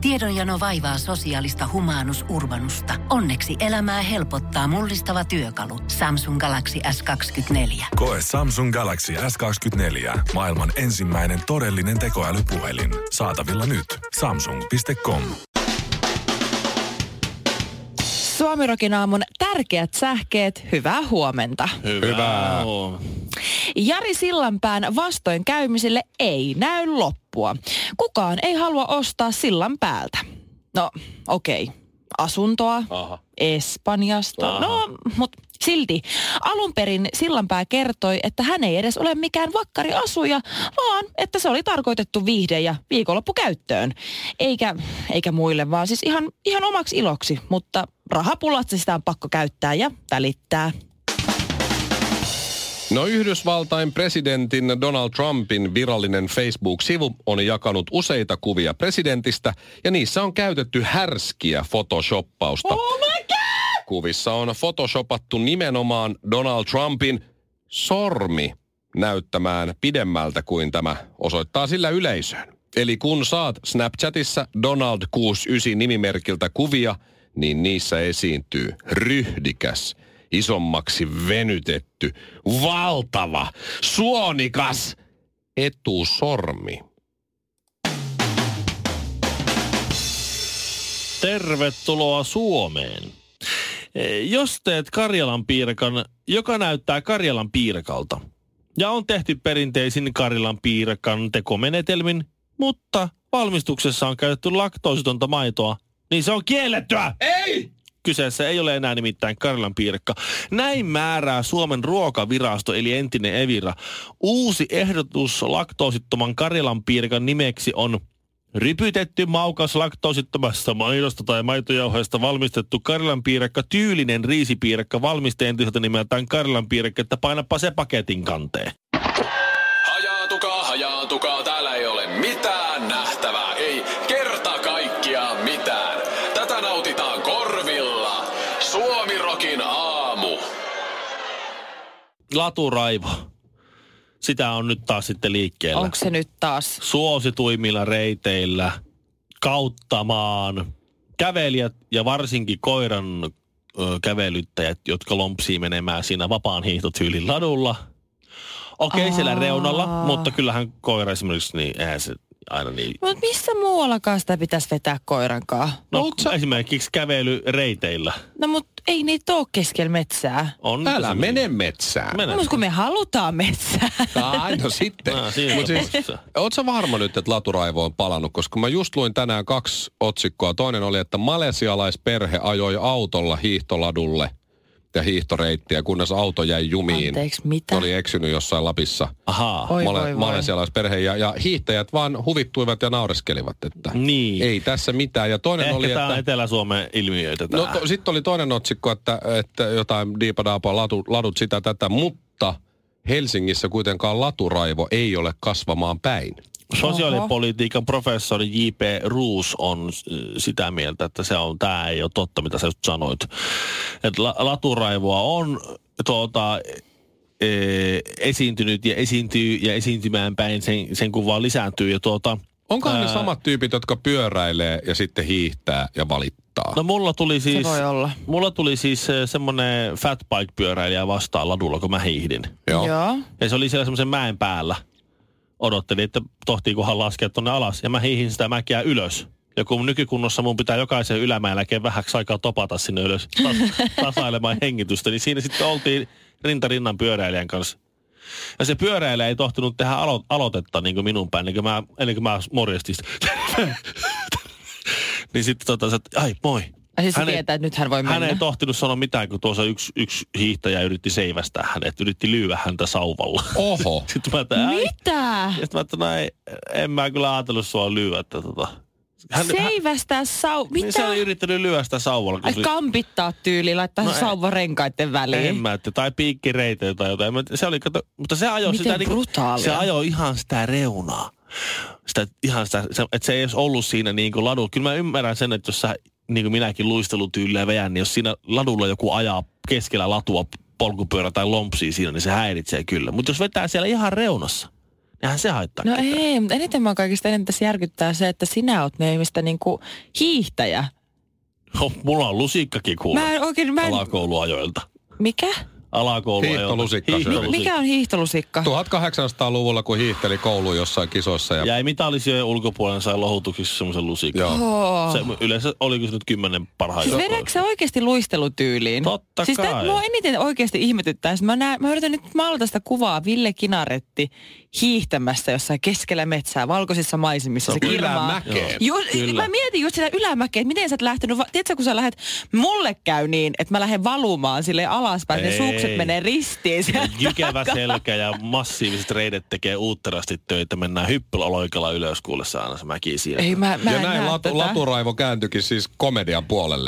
Tiedonjano vaivaa sosiaalista humanus urbanusta. Onneksi elämää helpottaa mullistava työkalu. Samsung Galaxy S24. Koe Samsung Galaxy S24. Maailman ensimmäinen todellinen tekoälypuhelin. Saatavilla nyt. Samsung.com. Suomirokin aamun tärkeät sähkeet, hyvää huomenta. Hyvää. Jari Sillanpään vastoinkäymisille ei näy loppua. Kukaan ei halua ostaa Sillanpäältä. No, okei. Asuntoa. Aha. Espanjasta. Aha. No, mutta silti. Alun perin Sillanpää kertoi, että hän ei edes ole mikään vakkariasuja, vaan että se oli tarkoitettu viihde- ja viikonloppukäyttöön. Eikä muille, vaan siis ihan omaksi iloksi, mutta rahapulassa sitä on pakko käyttää ja välittää. No Yhdysvaltain presidentin Donald Trumpin virallinen Facebook-sivu on jakanut useita kuvia presidentistä ja niissä on käytetty härskiä photoshoppausta. Oh my God! Kuvissa on photoshopattu nimenomaan Donald Trumpin sormi näyttämään pidemmältä kuin tämä osoittaa sillä yleisöön. Eli kun saat Snapchatissa Donald69 nimimerkiltä kuvia, niin niissä esiintyy ryhdikäs, isommaksi venytetty, valtava, suonikas etusormi. Tervetuloa Suomeen. Jos teet Karjalan piirakan, joka näyttää Karjalan piirakalta, ja on tehty perinteisin Karjalan piirakan tekomenetelmin, mutta valmistuksessa on käytetty laktoositonta maitoa, niin se on kiellettyä! Ei! Kyseessä ei ole enää nimittäin Karjalan piirakka. Näin määrää Suomen ruokavirasto eli entinen Evira. Uusi ehdotus laktoosittoman Karjalan piirakan nimeksi on rypytetty maukas laktoosittomasta maidosta tai maitojauheesta valmistettu Karjalan piirakka, tyylinen riisipiirakka valmiste entiseltä nimeltään Karjalan piirakka, että painapa se paketin kanteen. Hajaantukaa, täällä ei ole mitään nähtävää, ei kerta kaikkiaan mitään. Tätä nautitaan korvilla. Suomirokin aamu. Laturaivo. Sitä on nyt taas sitten liikkeellä. Onko se nyt taas? Suosituimmilla reiteillä, kauttamaan, kävelijät ja varsinkin koiran kävelyttäjät, jotka lompsii menemään siinä vapaan hiihtotyylin ladulla. Okei, siellä reunalla, mutta kyllähän koira esimerkiksi, niin eihän se aina niin. Mutta missä muuallakaan sitä pitäisi vetää koirankaan? No esimerkiksi kävelyreiteillä. No mutta ei niitä ole keskellä metsää. On. Älä mene metsään. Mutta kun me halutaan metsää. No sitten. Mut siis, oot sä varma nyt, että laturaivo on palannut? Koska mä just luin tänään 2 otsikkoa. Toinen oli, että malesialaisperhe ajoi autolla hiihtoladulle ja hiihtoreittiä, kunnes auto jäi jumiin. Anteeksi, mitä? Oli eksynyt jossain Lapissa. Ahaa. Malesialaisperhe ja hiihtäjät vaan huvittuivat ja naureskelivat, että niin. Ei tässä mitään. Ja toinen ehkä oli, tämä että on Etelä-Suomen ilmiöitä. No sitten oli toinen otsikko, että jotain diipadaapaa ladut sitä tätä, mutta Helsingissä kuitenkaan laturaivo ei ole kasvamaan päin. Sosiaalipolitiikan professori J.P. Roos on sitä mieltä, että tämä ei ole totta, mitä sä just sanoit. Että laturaivoa on esiintynyt ja esiintyy ja esiintymään päin sen kun vaan lisääntyy. Ja onkohan ne samat tyypit, jotka pyöräilee ja sitten hiihtää ja valittaa? No mulla tuli siis, se voi olla. Mulla tuli siis semmoinen fatbike-pyöräilijä vastaan ladulla, kun mä hiihdin. Joo. Ja se oli siellä semmoisen mäen päällä. Odottelin, että tohtiikohan laskea tonne alas. Ja mä hiihin sitä mäkeä ylös. Ja kun nykykunnossa mun pitää jokaisen ylämäen jälkeen vähäksi aikaa topata sinne ylös tasailemaan hengitystä, niin siinä sitten oltiin rintarinnan pyöräilijän kanssa. Ja se pyöräilijä ei tohtinut tehdä aloitetta niin kuin minun päin, ennen kuin mä morjestin. Niin sitten ai moi. Ja siis se tietää, että nyt hän voi mennä. Hän ei tohtinut sanoa mitään, kun tuossa yksi hiihtäjä yritti seivästää hänet, yritti lyyä häntä sauvalla. Oho. Sitten mä mitä? Sitten mä en mä kyllä ajatellut sua lyöä, että Seivästää mitä? Niin se oli yrittänyt lyödä sitä sauvalla. Ai kampittaa tyyli, laittaa sauvan renkaiden väliin. En mä, tai piikkireiteitä tai jotain. Se oli, mutta se ajoi miten sitä brutaalia? Se ajoi ihan sitä reunaa. Että se ei olisi ollut siinä niin kuin ladulla. Kyllä mä ymmärrän sen, että jos sä niin kuin minäkin luistelutyyliä veän, niin jos siinä ladulla joku ajaa keskellä latua polkupyörä tai lompsii siinä, niin se häiritsee kyllä. Mutta jos vetää siellä ihan reunassa, Eihän se haittaa No ketään. ei, mutta eniten mä kaikista eniten tässä järkyttää se, että sinä oot neimistä niinku hiihtäjä. Mulla on lusikkakin kuule. Alakouluajoilta. Mikä? Alakouluajoilta. Hiihtolusikka. Mikä on hiihtolusikka? 1800-luvulla, kun hiihteli kouluun jossain kisoissa. Jäi mitallisijojen ulkopuolella, sai lohutuksissa semmoisen lusikan. Joo. Se yleensä oliko se nyt 10 parhaita. Siis vedätkö sä oikeasti luistelutyyliin? Totta siis kai. Mua eniten oikeasti ihmetyttää. Mä yritän nyt maalata sitä kuvaa Ville Kinaretti hiihtämässä jossain keskellä metsää, valkoisissa maisemissa. Se kirmaa. Ylämäkeen. Mä mietin just sitä ylämäkeä, että miten sä et lähtenyt. Tiedätkö, kun sä lähdet, mulle käy niin, että mä lähden valumaan silleen alaspäin, ne sukset menee ristiin. Jykevä selkä ja massiiviset reidet tekee uutterasti töitä. Mennään hyppyloikalla ylös kuulessa aina se mäki siellä. Ei, mä ja näin Laturaivo kääntyikin siis komedian puolelle.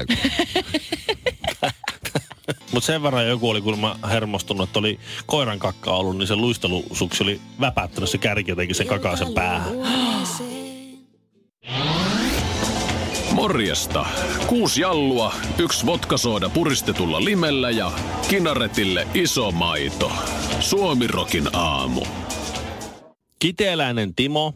Mutta sen verran joku oli, kun mä hermostunut, että oli koiran kakka ollut, niin se luistelusuksi oli väpättänyt se kärki jotenkin sen kakaisen päähän. Morjesta. 6 jallua, 1 vodkasooda puristetulla limellä ja Kinaretille iso maito. Suomirokin aamu. Kiteeläinen Timo,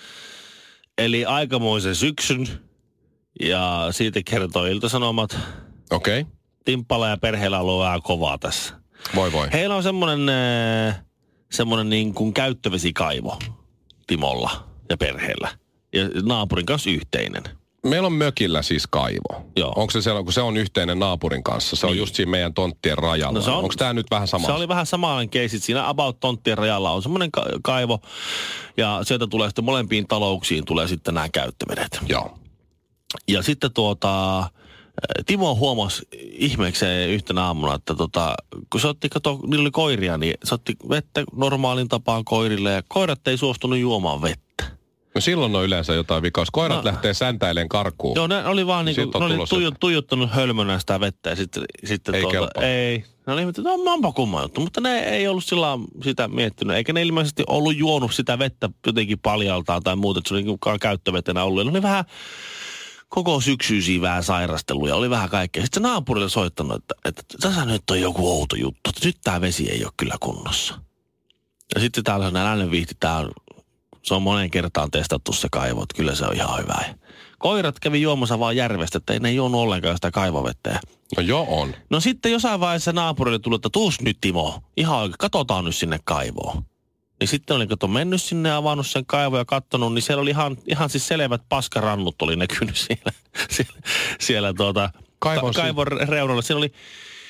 eli aikamoisen syksyn, ja siitä kertoo Ilta-Sanomat. Okei. Okay. Timppala ja perheellä on ollut vähän kovaa tässä. Voi. Heillä on semmoinen niin kuin käyttövesikaivo Timolla ja perheellä. Ja naapurin kanssa yhteinen. Meillä on mökillä siis kaivo. Joo. Onko se sellainen, kun se on yhteinen naapurin kanssa? Se on just siinä meidän tonttien rajalla. No onko tämä nyt vähän sama? Se oli vähän samanlainen keissi. Siinä about tonttien rajalla on semmoinen kaivo. Ja sieltä tulee sitten molempiin talouksiin tulee sitten nämä käyttövedet. Joo. Ja sitten Timo huomasi ihmeekseen yhtenä aamuna, että kun se otti, niillä oli koiria, niin se otti vettä normaalin tapaan koirille ja koirat ei suostunut juomaan vettä. No silloin on yleensä jotain vikaa. Jos koirat lähtee säntäilemään karkuun. Joo, ne oli vaan niinku, ne oli tuijottanut hölmönä sitä vettä ja sitten ei kelpaa. Ei. Ne oli ihmettä, että onpa kumma juttu, mutta ne ei ollut sillä sitä miettinyt. Eikä ne ilmeisesti ollut juonut sitä vettä jotenkin paljaltaan tai muuta, että se oli niinku käyttövetenä ollut. Ne oli vähän koko syksyisiä vähän sairasteluja, oli vähän kaikkea. Sitten se naapurille soittanut, että tässä nyt on joku outo juttu, että nyt tämä vesi ei ole kyllä kunnossa. Ja sitten täällä on äläinen vihti, se on moneen kertaan testattu se kaivo, että kyllä se on ihan hyvä. Ja koirat kävi juomassa vaan järvestä, että ei ne juonut ollenkaan sitä kaivovettä. No joo on. No sitten jossain vaiheessa naapurille tuli, että tuus nyt Timo, ihan oikein, katsotaan nyt sinne kaivoon. Niin sitten oli mennyt sinne ja avannut sen kaivon ja katsonut, niin siellä oli ihan siis selvät paskarannut oli näkynyt siellä kaivon reunalla. Siinä oli,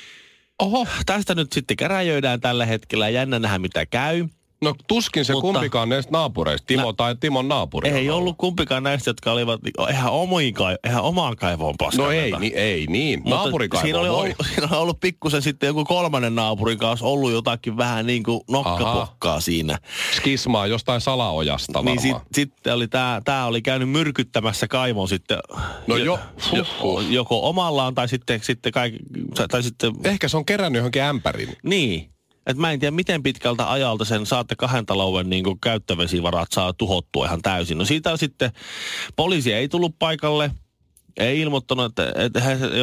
tästä nyt sitten käräjöidään tällä hetkellä, jännä nähdä mitä käy. No tuskin se kumpikaan näistä naapureista, Timo tai Timon naapuri. Ei ollut kumpikaan näistä, jotka olivat eihän omaan kaivoon paskanneita. No ei niin. Naapurikaivoon voi. Siinä on ollut pikkusen sitten joku kolmannen naapurin kanssa ollut jotakin vähän niin kuin nokkapokkaa siinä. Skismaa jostain salaojasta varmaan. Niin sitten oli tää oli käynyt myrkyttämässä kaivon sitten. No joko omallaan tai sitten ehkä se on kerännyt johonkin ämpärin. Niin. Että mä en tiedä, miten pitkältä ajalta sen saatte 2 talouden niin kuin käyttövesivarat saa tuhottua ihan täysin. No siitä sitten poliisi ei tullut paikalle, ei ilmoittanut, että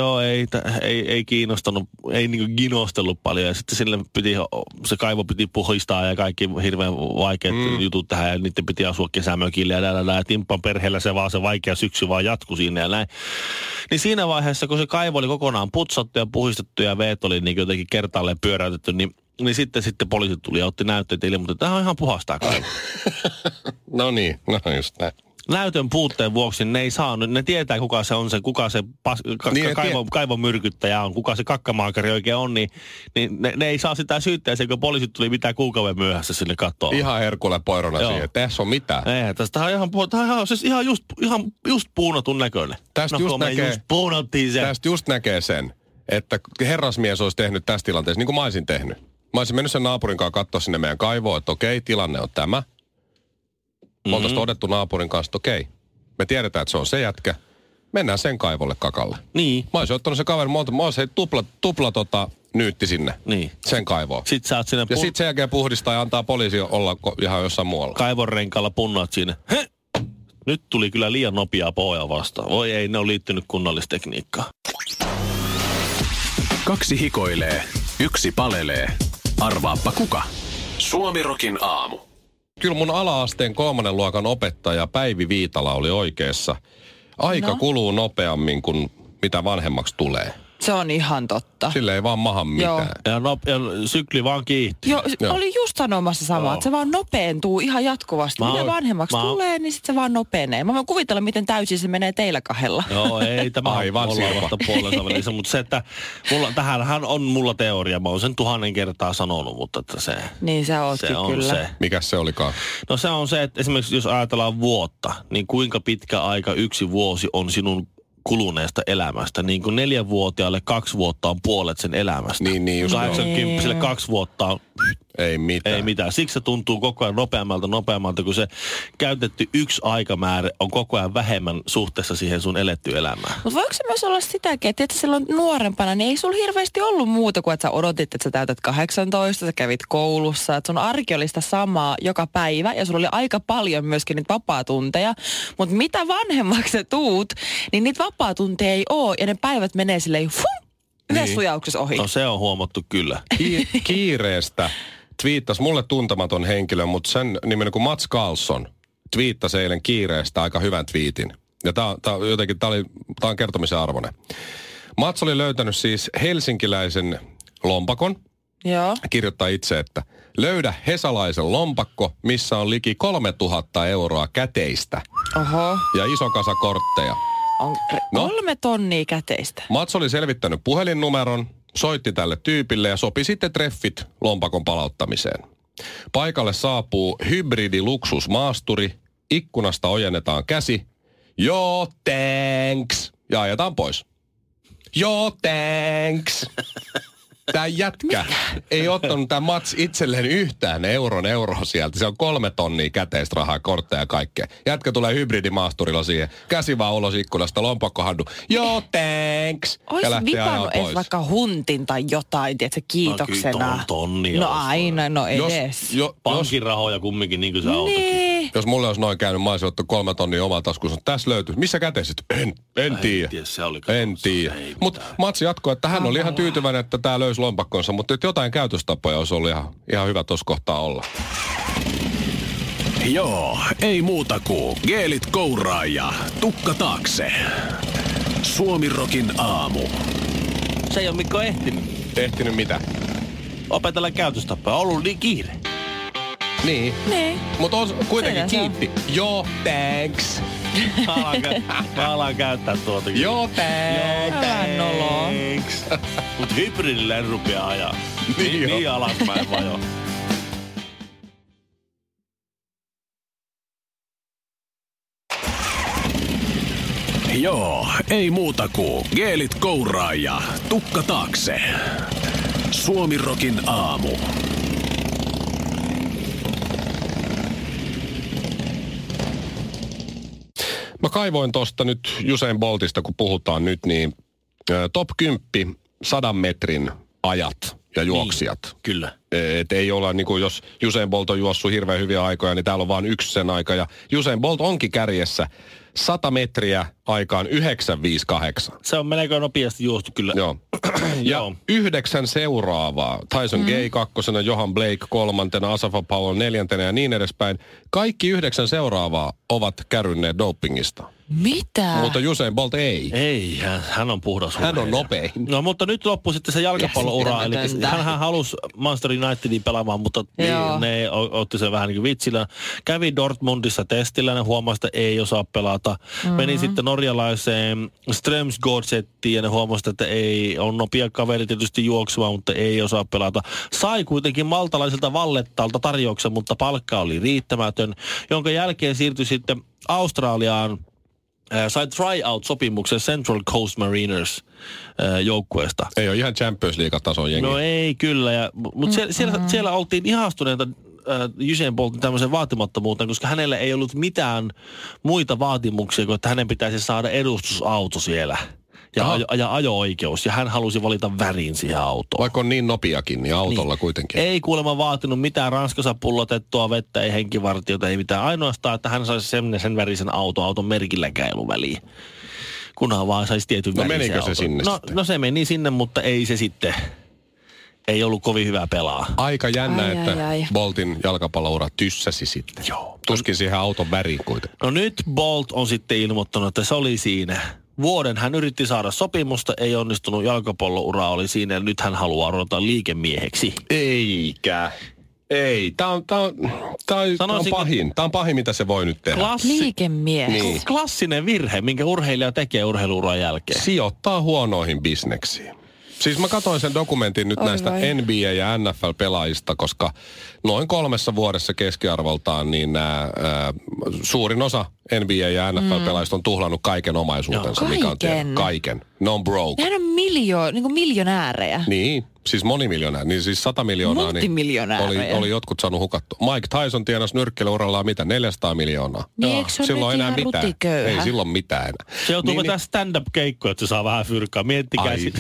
ei kiinnostanut, ei niin kuin ginostellut paljon. Ja sitten se kaivo piti puhistaa ja kaikki hirveän vaikeat jutut tähän ja niiden piti asua kesämökille ja Timppan perheellä se vaikea syksy vaan jatkui siinä ja näin. Niin siinä vaiheessa, kun se kaivo oli kokonaan putsattu ja puhistettu ja veet oli niin jotenkin kertaalleen pyöräytetty, niin sitten poliisit tuli ja otti näytteitä ilmoitti, että tämä on ihan puhastaa kaivo. No niin, just näin. Näytön puutteen vuoksi ne ei saanut, ne tietää kuka se on se, kuka se kaivon myrkyttäjä on, kuka se kakkamaakari oikein on, niin ne ei saa sitä syyttää, kun poliisit tuli mitään kuukauden myöhässä sinne katsoa. Ihan herkulle poirona siihen, että tässä on mitään. Ei, tästä on ihan just puunatun näköinen. Tästä just näkee sen, että herrasmies olisi tehnyt tässä tilanteessa, niin kuin mä olisin tehnyt. Mä olisin mennyt sen naapurin kanssa katsoa sinne meidän kaivoon, että okei, tilanne on tämä. Me oltaisiin todettu naapurin kanssa, että okei, me tiedetään, että se on se jätkä. Mennään sen kaivolle kakalle. Niin. Mä olisin ottanut se kaveri, mä olisin tupla nyytti sinne. Niin. Sen kaivoon. Sitten sä oot sinne ja sitten sen jälkeen puhdistaa ja antaa poliisi olla ihan jossain muualla. Kaivon renkaalla punnaat siinä. Nyt tuli kyllä liian nopeaa pohjaa vastaan. Voi ei, ne on liittynyt kunnallistekniikkaan. 2 hikoilee, 1 palelee. Arvaappa kuka? Suomirokin aamu. Kyllä mun ala-asteen 3. luokan opettaja Päivi Viitala oli oikeassa. Aika kuluu nopeammin kuin mitä vanhemmaksi tulee. Se on ihan totta. Sille ei vaan maha mitään. Ja sykli vaan kiihtyy. Joo, oli just sanomassa samaa, että se vaan nopeentuu ihan jatkuvasti. Mitä vanhemmaksi tulee, niin sitten se vaan nopenee. Mä voin kuvitella, miten täysin se menee teillä kahdella. Joo, ei tämä aivan ollaan vasta puolensa välissä, mutta se, että tähänhän on mulla teoria. Mä oon sen 1000 kertaa sanonut, mutta että se... Niin sä ootkin se on kyllä. Se. Mikäs se olikaan? No se on se, että esimerkiksi jos ajatellaan vuotta, niin kuinka pitkä aika 1 vuosi on sinun kuluneesta elämästä. Niin kuin 4-vuotiaalle 2 vuotta on puolet sen elämästä. Niin just 80-vuotiaalle 2 vuotta on... Ei mitään. Ei mitään. Siksi se tuntuu koko ajan nopeammalta, kun se käytetty 1 aikamäärä on koko ajan vähemmän suhteessa siihen sun elettyyn elämään. Mutta voiko se myös olla sitäkin, että silloin nuorempana, niin ei sulla hirveästi ollut muuta kuin, että sä odotit, että sä täytät 18, sä kävit koulussa, että sun arki oli sitä samaa joka päivä ja sulla oli aika paljon myöskin niitä vapaatunteja. Mutta mitä vanhemmaksi sä tuut, niin niitä vapaatunteja ei oo ja ne päivät menee silleen yhdessä sujauksessa ohi. No se on huomattu kyllä. Kiireestä twiittasi mulle tuntematon henkilö, mutta sen nimeni kuin Mats Karlsson twiittasi eilen kiireestä aika hyvän twiitin. Ja tää on kertomisen arvoinen. Mats oli löytänyt siis helsinkiläisen lompakon. Joo. Kirjoittaa itse, että löydä hesalaisen lompakko, missä on liki 3000 euroa käteistä. Oho. Ja iso kasa kortteja. On 3 tonnia käteistä. Mats oli selvittänyt puhelinnumeron, soitti tälle tyypille ja sopi sitten treffit lompakon palauttamiseen. Paikalle saapuu hybridiluksusmaasturi, ikkunasta ojennetaan käsi. Joo, thanks. Ja ajetaan pois. Joo, thanks. Tää jätkä ei ottanut tää Mats itselleen yhtään euroa sieltä. Se on 3 tonnia käteistä rahaa, kortteja ja kaikkea. Jätkä tulee hybridimaasturilla siihen. Käsi vaan ulos ikkunasta, lompakkohandu. Joo, thanks. Ois vipannut edes vaikka huntin tai jotain, tiedätkö, kiitoksena. No tonnia. No aina, no edes. Pankirahoja kumminkin, niin kuin se autokin. Niin. Jos mulle olisi noin käynyt, mä olisin ottanut 3 tonnia omaa taskuunsa. Tässä löytyy. Missä käteiset? En tiedä. En tiedä. Mutta Mats jatkoi, että hän oli ihan tyytyväinen, että tää löysi lompakkonsa, mutta jotain käytöstapoja olisi ollut ihan hyvä tuossa kohtaa olla. Joo, ei muuta kuin geelit kouraa ja tukka taakse. Suomirokin aamu. Se ei ole Mikko ehtinyt. Ehtinyt mitä? Opetella käytöstapoja. On ollut niin kiire. Niin. Mutta on kuitenkin kiitti. Joo, thanks. Mä alan käyttää tuotakin. Joo, thanks. Älä noloa. Mut hybridillä en rupea ajaa. Niin alaspäin vajo. Joo, ei muuta kuin geelit kouraa ja tukka taakse. Suomirokin aamu. Mä kaivoin tosta nyt Usain Boltista, kun puhutaan nyt, niin top 10 100 metrin ajat ja juoksijat. Niin, kyllä. Et ei olla, niin kuin jos Usain Bolt on juossut hirveän hyviä aikoja, niin täällä on vain yksi sen aika. Ja Usain Bolt onkin kärjessä 100 metriä aikaan 9.58. Se on melko nopeasti juostu kyllä. Joo. Ja 9 seuraavaa. Tyson Gay 2, Johan Blake 3, Asafa Powell 4 ja niin edespäin. Kaikki 9 seuraavaa ovat kärynneet dopingista. Mitä? Mutta Usain Bolt ei. Ei, hän on puhdas. Hän on nopein. No mutta nyt loppui sitten se jalkapalloura. Eli hän halusi Manchester Unitedin pelaamaan, mutta ne otti sen vähän niin kuin vitsillä. Kävi Dortmundissa testillä, ne huomasi, että ei osaa pelata. Meni sitten norjalaiseen Strømsgodsettiin ja ne huomasi, että ei on nopea kaveri tietysti juoksemaan, mutta ei osaa pelata. Sai kuitenkin maltalaiselta Vallettalta tarjouksen, mutta palkka oli riittämätön, jonka jälkeen siirtyi sitten Australiaan. Sai tryout-sopimuksen Central Coast Mariners joukkueesta. Ei ole ihan Champions League-tason jengi. No ei kyllä, mutta siellä oltiin ihastuneita Usain Boltin tämmöisen vaatimattomuuteen, koska hänellä ei ollut mitään muita vaatimuksia kuin, että hänen pitäisi saada edustusauto siellä. Ja ajo-oikeus. Ja hän halusi valita värin siihen autoon. Vaikka on niin nopeakin, niin autolla kuitenkin. Ei kuulemma vaatinut mitään Ranskassa pullotettua vettä, ei henkivartiota, ei mitään. Ainoastaan, että hän saisi sen värisen auton merkilläkään ei ollut väliä. Kunhan vaan saisi tietyn värisen auton. Menikö se sinne sitten? No se meni sinne, mutta ei se sitten ei ollut kovin hyvä pelaa. Aika jännä, että Boltin jalkapalloura tyssäsi sitten. Joo. Tuskin siihen auton väriin kuitenkin. No nyt Bolt on sitten ilmoittanut, että se oli siinä. Vuoden hän yritti saada sopimusta, ei onnistunut, jalkapalloura oli siinä ja nyt hän haluaa ruveta liikemieheksi. Eikä. Ei, tää on pahin. Tää on pahin, mitä se voi nyt tehdä. Liikemies. Niin. Klassinen virhe, minkä urheilija tekee urheiluuran jälkeen. Sijoittaa huonoihin bisneksiin. Siis mä katsoin sen dokumentin nyt näistä NBA- ja NFL-pelaajista, koska noin 3 vuodessa keskiarvoltaan niin suurin osa NBA- ja NFL-pelaajista on tuhlannut kaiken omaisuutensa. Mikä on kaiken. Ne on broke. Nehän on miljonäärejä. Niin, siis monimiljonäärejä. Niin siis 100 miljoonaa. Multimiljonäärejä. Oli jotkut saanut hukattu. Mike Tyson tienasi nyrkkeilyurallaan mitä? 400 miljoonaa. Niin, eikö se ole silloin enää mitään. rutiköyhä? Ei silloin mitään enää. Se joutuu vetää stand-up-keikkoja, että se saa vähän fyrkkaa. Miettikää sitä.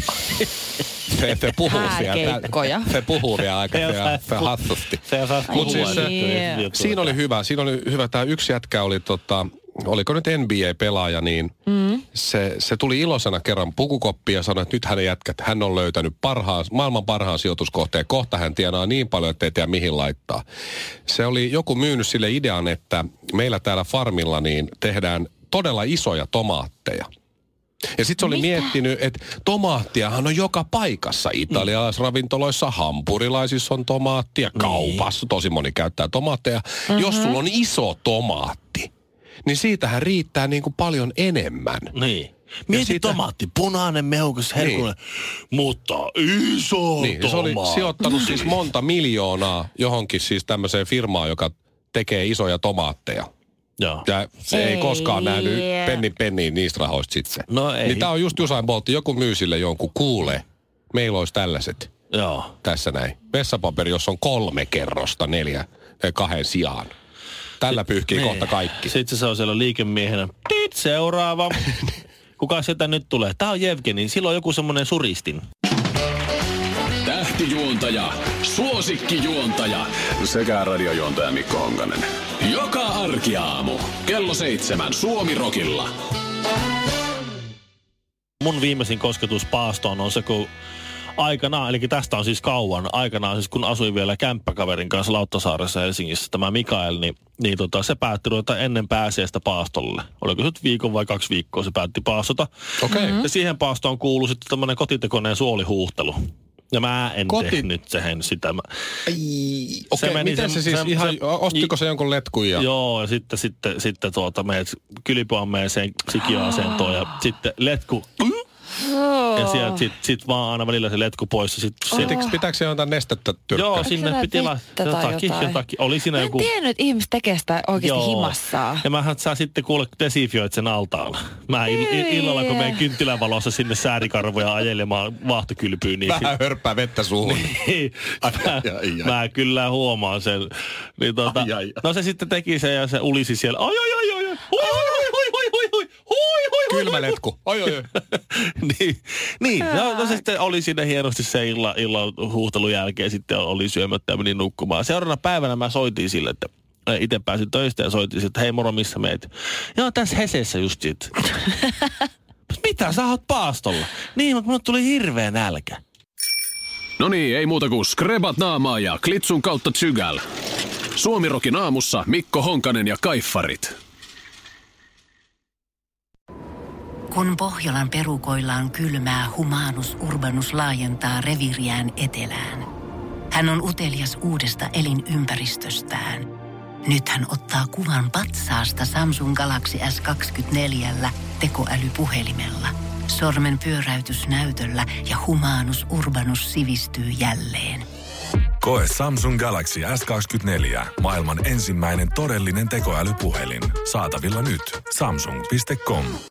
Se puhuu Hääkeikkoja. Se puhuu vielä aika hassusti. Se osaa puhua. Siinä oli hyvä. Tämä yksi jätkä oli oliko nyt NBA-pelaaja, niin se tuli iloisena kerran pukukoppiin ja sanoi, että nyt hänen jätkät, hän on löytänyt maailman parhaan sijoituskohteen. Kohta hän tienaa niin paljon, että ei tiedä mihin laittaa. Se oli joku myynyt sille idean, että meillä täällä farmilla niin tehdään todella isoja tomaatteja. Ja sitten se oli miettinyt, että tomaattiahan on joka paikassa. Italialaisravintoloissa, hampurilaisissa on tomaattia, kaupassa tosi moni käyttää tomaatteja. Jos sulla on iso tomaatti, niin siitähän riittää niin kuin paljon enemmän. Niin. Mieti tomaatti, punainen, meukas, herkullinen, mutta iso tomaatti. Se oli sijoittanut siis monta miljoonaa johonkin siis tämmöiseen firmaan, joka tekee isoja tomaatteja. Joo. Ja se ei koskaan nähnyt penniin niistä rahoista sitten. No ei. Niin tää on just Usain Bolt, joku myy sille jonkun, kuule, meillä olisi tällaiset. Joo. Tässä näin. Vessapaperi, jossa on 3 kerrosta 2 sijaan. Tällä pyyhkii kohta kaikki. Sitten se on siellä liikemiehenä. Seuraava. Kuka sieltä nyt tulee? Tää on Jevgeni. Silloin on joku semmonen suristin. Tähtijuontaja, suosikkijuontaja sekä radiojuontaja Mikko Honkanen. Joka arkiaamu kello 7 Suomi-rokilla. Mun viimeisin kosketus paastoon on se, kun aikanaan, eli tästä on siis kauan, aikanaan siis kun asuin vielä kämppäkaverin kanssa Lauttasaaressa Helsingissä, tämä Mikael, niin se päätti ruveta ennen pääsiäistä paastolle. Oliko se nyt viikon vai 2 viikkoa se päätti paastota. Okei. Ja siihen paastoon kuului sitten tämmöinen kotitekoinen suolihuuhtelu. Ja mä en tehnyt sitä. Okei, miten se siis ostiko se jonkun letkun? Joo, ja sitten meet kylpyaammeeseen sikiöasentoon ja sitten letku. Ja sieltä sit vaan aina välillä se letku pois. Pitääkö se jotain nestettä tyrkkää? Joo, sinne piti jotakin. Oli siinä joku. En tiennyt, että ihmiset tekee sitä oikeasti himassaan. Ja mähän saa sitten kuule desifioit sen altaalla. Mä illalla, kun menen kynttilänvalossa sinne säärikarvoja ajelemaan vaahtokylpyyn. Niin vähän hörppää vettä suuhun. Mä kyllä huomaan sen. Niin no se sitten teki sen ja se ulisi siellä. Kylmä letku. Niin. No se sitten oli siinä hienosti se illan huuhtelun jälkeen sitten oli syömättä ja menin nukkumaan. Seuraavana päivänä mä soitin sille, että itse pääsin töistä ja soitin sille, että hei moro, missä meet? Joo, tässä Hesessä just sit. Mitä, sä oot paastolla? Niin, mutta mulle tuli hirveä nälkä. No niin, ei muuta kuin skrebat naamaa ja klitsun kautta tsygäl. Suomi-rokin aamussa Mikko Honkanen ja Kaiffarit. Kun Pohjolan perukoillaan kylmää, Humanus Urbanus laajentaa reviiriään etelään. Hän on utelias uudesta elinympäristöstään. Nyt hän ottaa kuvan patsaasta Samsung Galaxy S24 tekoälypuhelimella. Sormen pyöräytys näytöllä ja Humanus Urbanus sivistyy jälleen. Koe Samsung Galaxy S24. Maailman ensimmäinen todellinen tekoälypuhelin. Saatavilla nyt. Samsung.com.